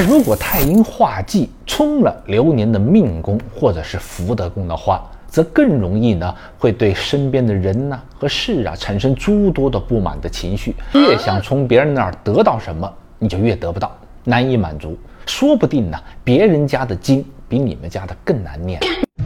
如果太阴化忌冲了流年的命宫或者是福德宫的话，则更容易呢会对身边的人呢和事啊产生诸多的不满的情绪。越想从别人那儿得到什么，你就越得不到，难以满足。说不定呢别人家的经比你们家的更难念。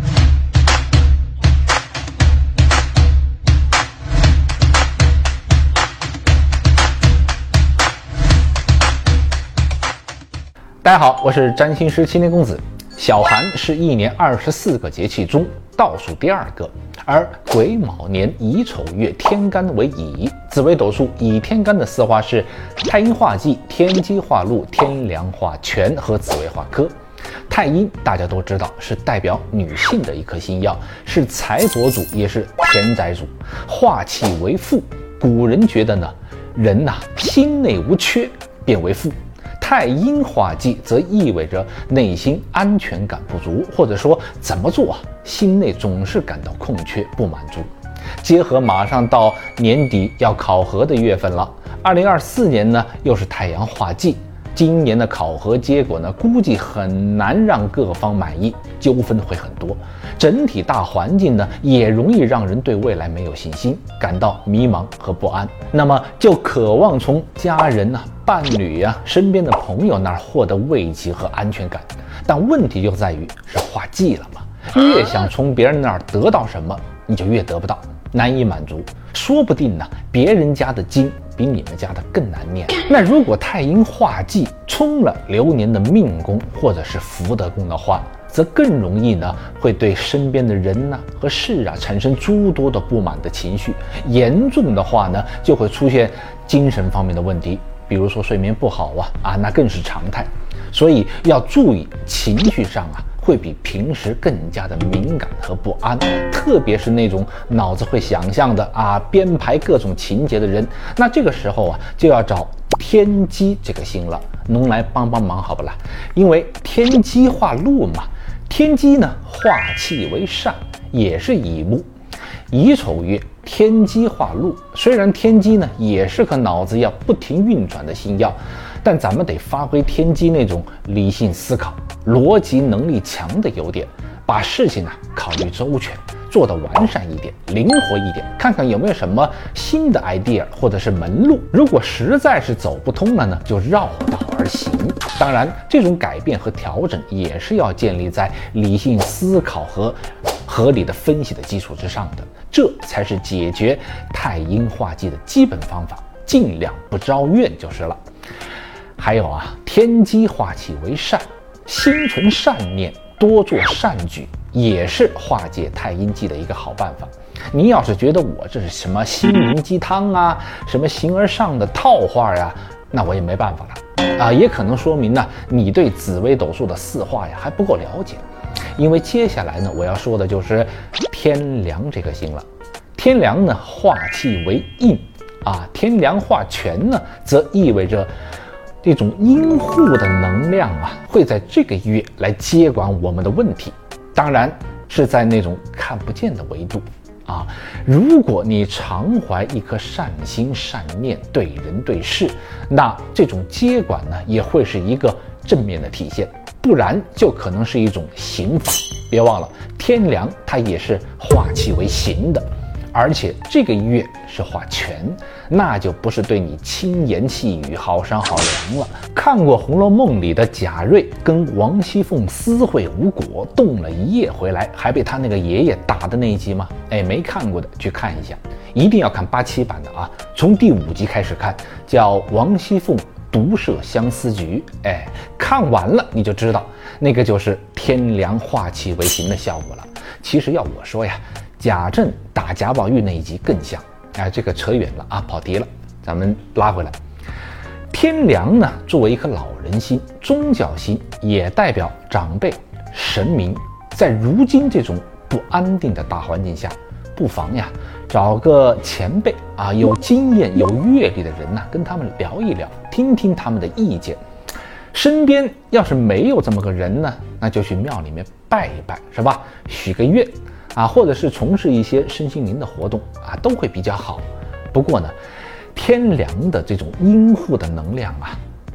大家好，我是占星师青年公子。小寒是一年24个节气中倒数第2个，而癸卯年乙丑月天干为乙，紫微斗数乙天干的四化是太阴化忌、天机化禄、天梁化权和紫微化科。太阴大家都知道是代表女性的一颗星曜，是财帛主也是田宅主，化气为富。古人觉得呢，人心内无缺便为富。太阴化忌则意味着内心安全感不足，或者说怎么做心内总是感到空缺不满足。结合马上到年底要考核的月份了，2024年呢又是太阳化忌，今年的考核结果呢估计很难让各方满意，纠纷会很多，整体大环境呢也容易让人对未来没有信心，感到迷茫和不安。那么就渴望从家人伴侣身边的朋友那儿获得慰藉和安全感，但问题就在于是化忌了嘛，越想从别人那儿得到什么，你就越得不到，难以满足。说不定呢别人家的经比你们家的更难念。那如果太阴化忌冲了流年的命宫或者是福德宫的话，则更容易呢会对身边的人和事产生诸多的不满的情绪，严重的话呢就会出现精神方面的问题，比如说睡眠不好那更是常态。所以要注意情绪上会比平时更加的敏感和不安，特别是那种脑子会想象的编排各种情节的人，那这个时候就要找天机这个星了，侬来帮帮忙好不啦？因为天机化禄嘛，天机呢化气为善，也是乙木。乙丑月天机化禄，虽然天机呢也是个脑子要不停运转的星曜，但咱们得发挥天机那种理性思考、逻辑能力强的优点，把事情考虑周全，做得完善一点，灵活一点，看看有没有什么新的 idea 或者是门路。如果实在是走不通了呢，就绕道而行。当然，这种改变和调整也是要建立在理性思考和合理的分析的基础之上的，这才是解决太阴化忌的基本方法，尽量不招怨就是了。还有天机化气为善，心存善念，多做善举，也是化解太阴忌的一个好办法。你要是觉得我这是什么心灵鸡汤什么形而上的套话那我也没办法了也可能说明你对紫微斗数的四化还不够了解。因为接下来呢我要说的就是天梁这个星了。天梁呢化气为印天梁化权呢则意味着这种阴户的能量会在这个月来接管我们的问题，当然是在那种看不见的维度如果你常怀一颗善心善念，对人对事，那这种接管呢也会是一个正面的体现，不然就可能是一种刑法。别忘了天梁它也是化气为刑的，而且这个月是化权，那就不是对你轻言细语好商好量了。看过《红楼梦》里的贾瑞跟王熙凤私会无果，冻了一夜回来，还被他那个爷爷打的那一集吗？没看过的去看一下，一定要看87版的从第5集开始看，叫王熙凤毒设相思局。看完了你就知道，那个就是天梁化气为刑的效果了。其实要我说贾政打贾宝玉那一集更像。这个扯远了跑题了，咱们拉回来。天梁呢作为一颗老人星、宗教星，也代表长辈、神明。在如今这种不安定的大环境下，不妨找个前辈有经验有阅历的人跟他们聊一聊，听听他们的意见。身边要是没有这么个人呢，那就去庙里面拜一拜，是吧？许个愿或者是从事一些身心灵的活动都会比较好。不过呢，天梁的这种阴户的能量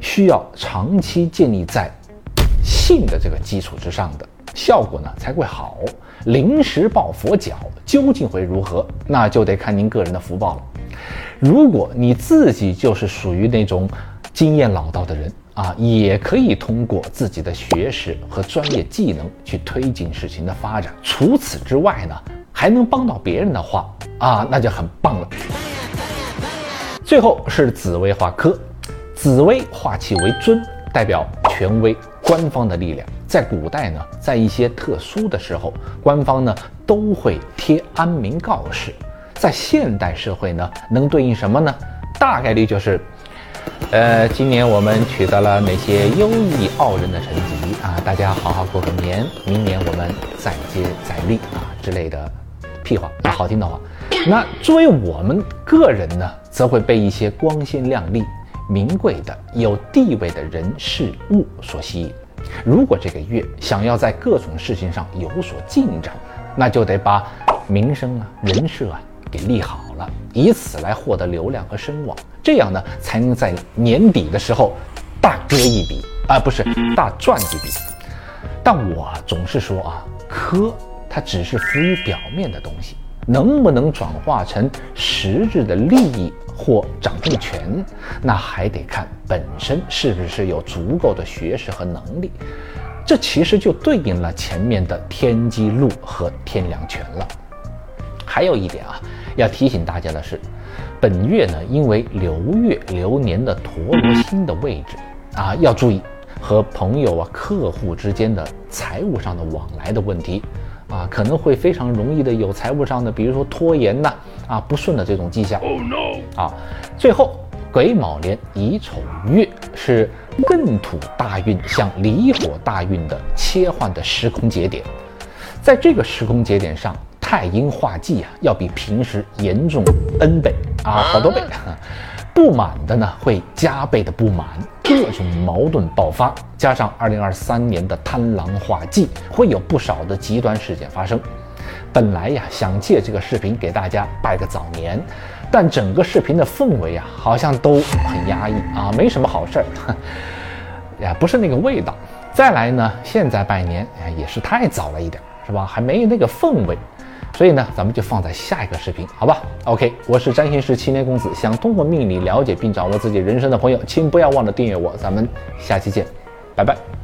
需要长期建立在信的这个基础之上的，效果呢才会好。临时抱佛脚究竟会如何，那就得看您个人的福报了。如果你自己就是属于那种经验老道的人啊，也可以通过自己的学识和专业技能去推进事情的发展。除此之外呢，还能帮到别人的话啊，那就很棒了。最后是紫微化科，紫微化气为尊，代表权威、官方的力量。在古代呢，在一些特殊的时候，官方呢都会贴安民告示。在现代社会呢，能对应什么呢？大概率就是，今年我们取得了哪些优异傲人的成绩啊？大家好好过个年，明年我们再接再厉啊之类的屁话，好听的话。那作为我们个人呢，则会被一些光鲜亮丽、名贵的、有地位的人事物所吸引。如果这个月想要在各种事情上有所进展，那就得把名声啊、人设啊给立好了，以此来获得流量和声望，这样呢才能在年底的时候大割一笔啊，不是大赚一笔。但我总是说啊，科它只是浮于表面的东西，能不能转化成实质的利益或掌控权，那还得看本身是不是有足够的学识和能力。这其实就对应了前面的天机禄和天梁权了。还有一点啊，要提醒大家的是，本月呢，因为流月流年的陀罗星的位置啊，要注意和朋友啊、客户之间的财务上的往来的问题啊，可能会非常容易的有财务上的，比如说拖延呐啊不顺的这种迹象。Oh no！ 啊，最后癸卯年乙丑月是艮土大运向离火大运的切换的时空节点，在这个时空节点上，太阴化忌啊，要比平时严重 N 倍啊，好多倍。不满的呢会加倍的不满，各种矛盾爆发，加上2023年的贪狼化忌，会有不少的极端事件发生。本来呀想借这个视频给大家拜个早年，但整个视频的氛围啊好像都很压抑啊，没什么好事儿，呀不是那个味道。再来呢，现在拜年也是太早了一点，是吧？还没有那个氛围。所以呢，咱们就放在下一个视频，好吧 ？OK， 我是占星师青年公子，想通过命理了解并掌握自己人生的朋友，请不要忘了订阅我，咱们下期见，拜拜。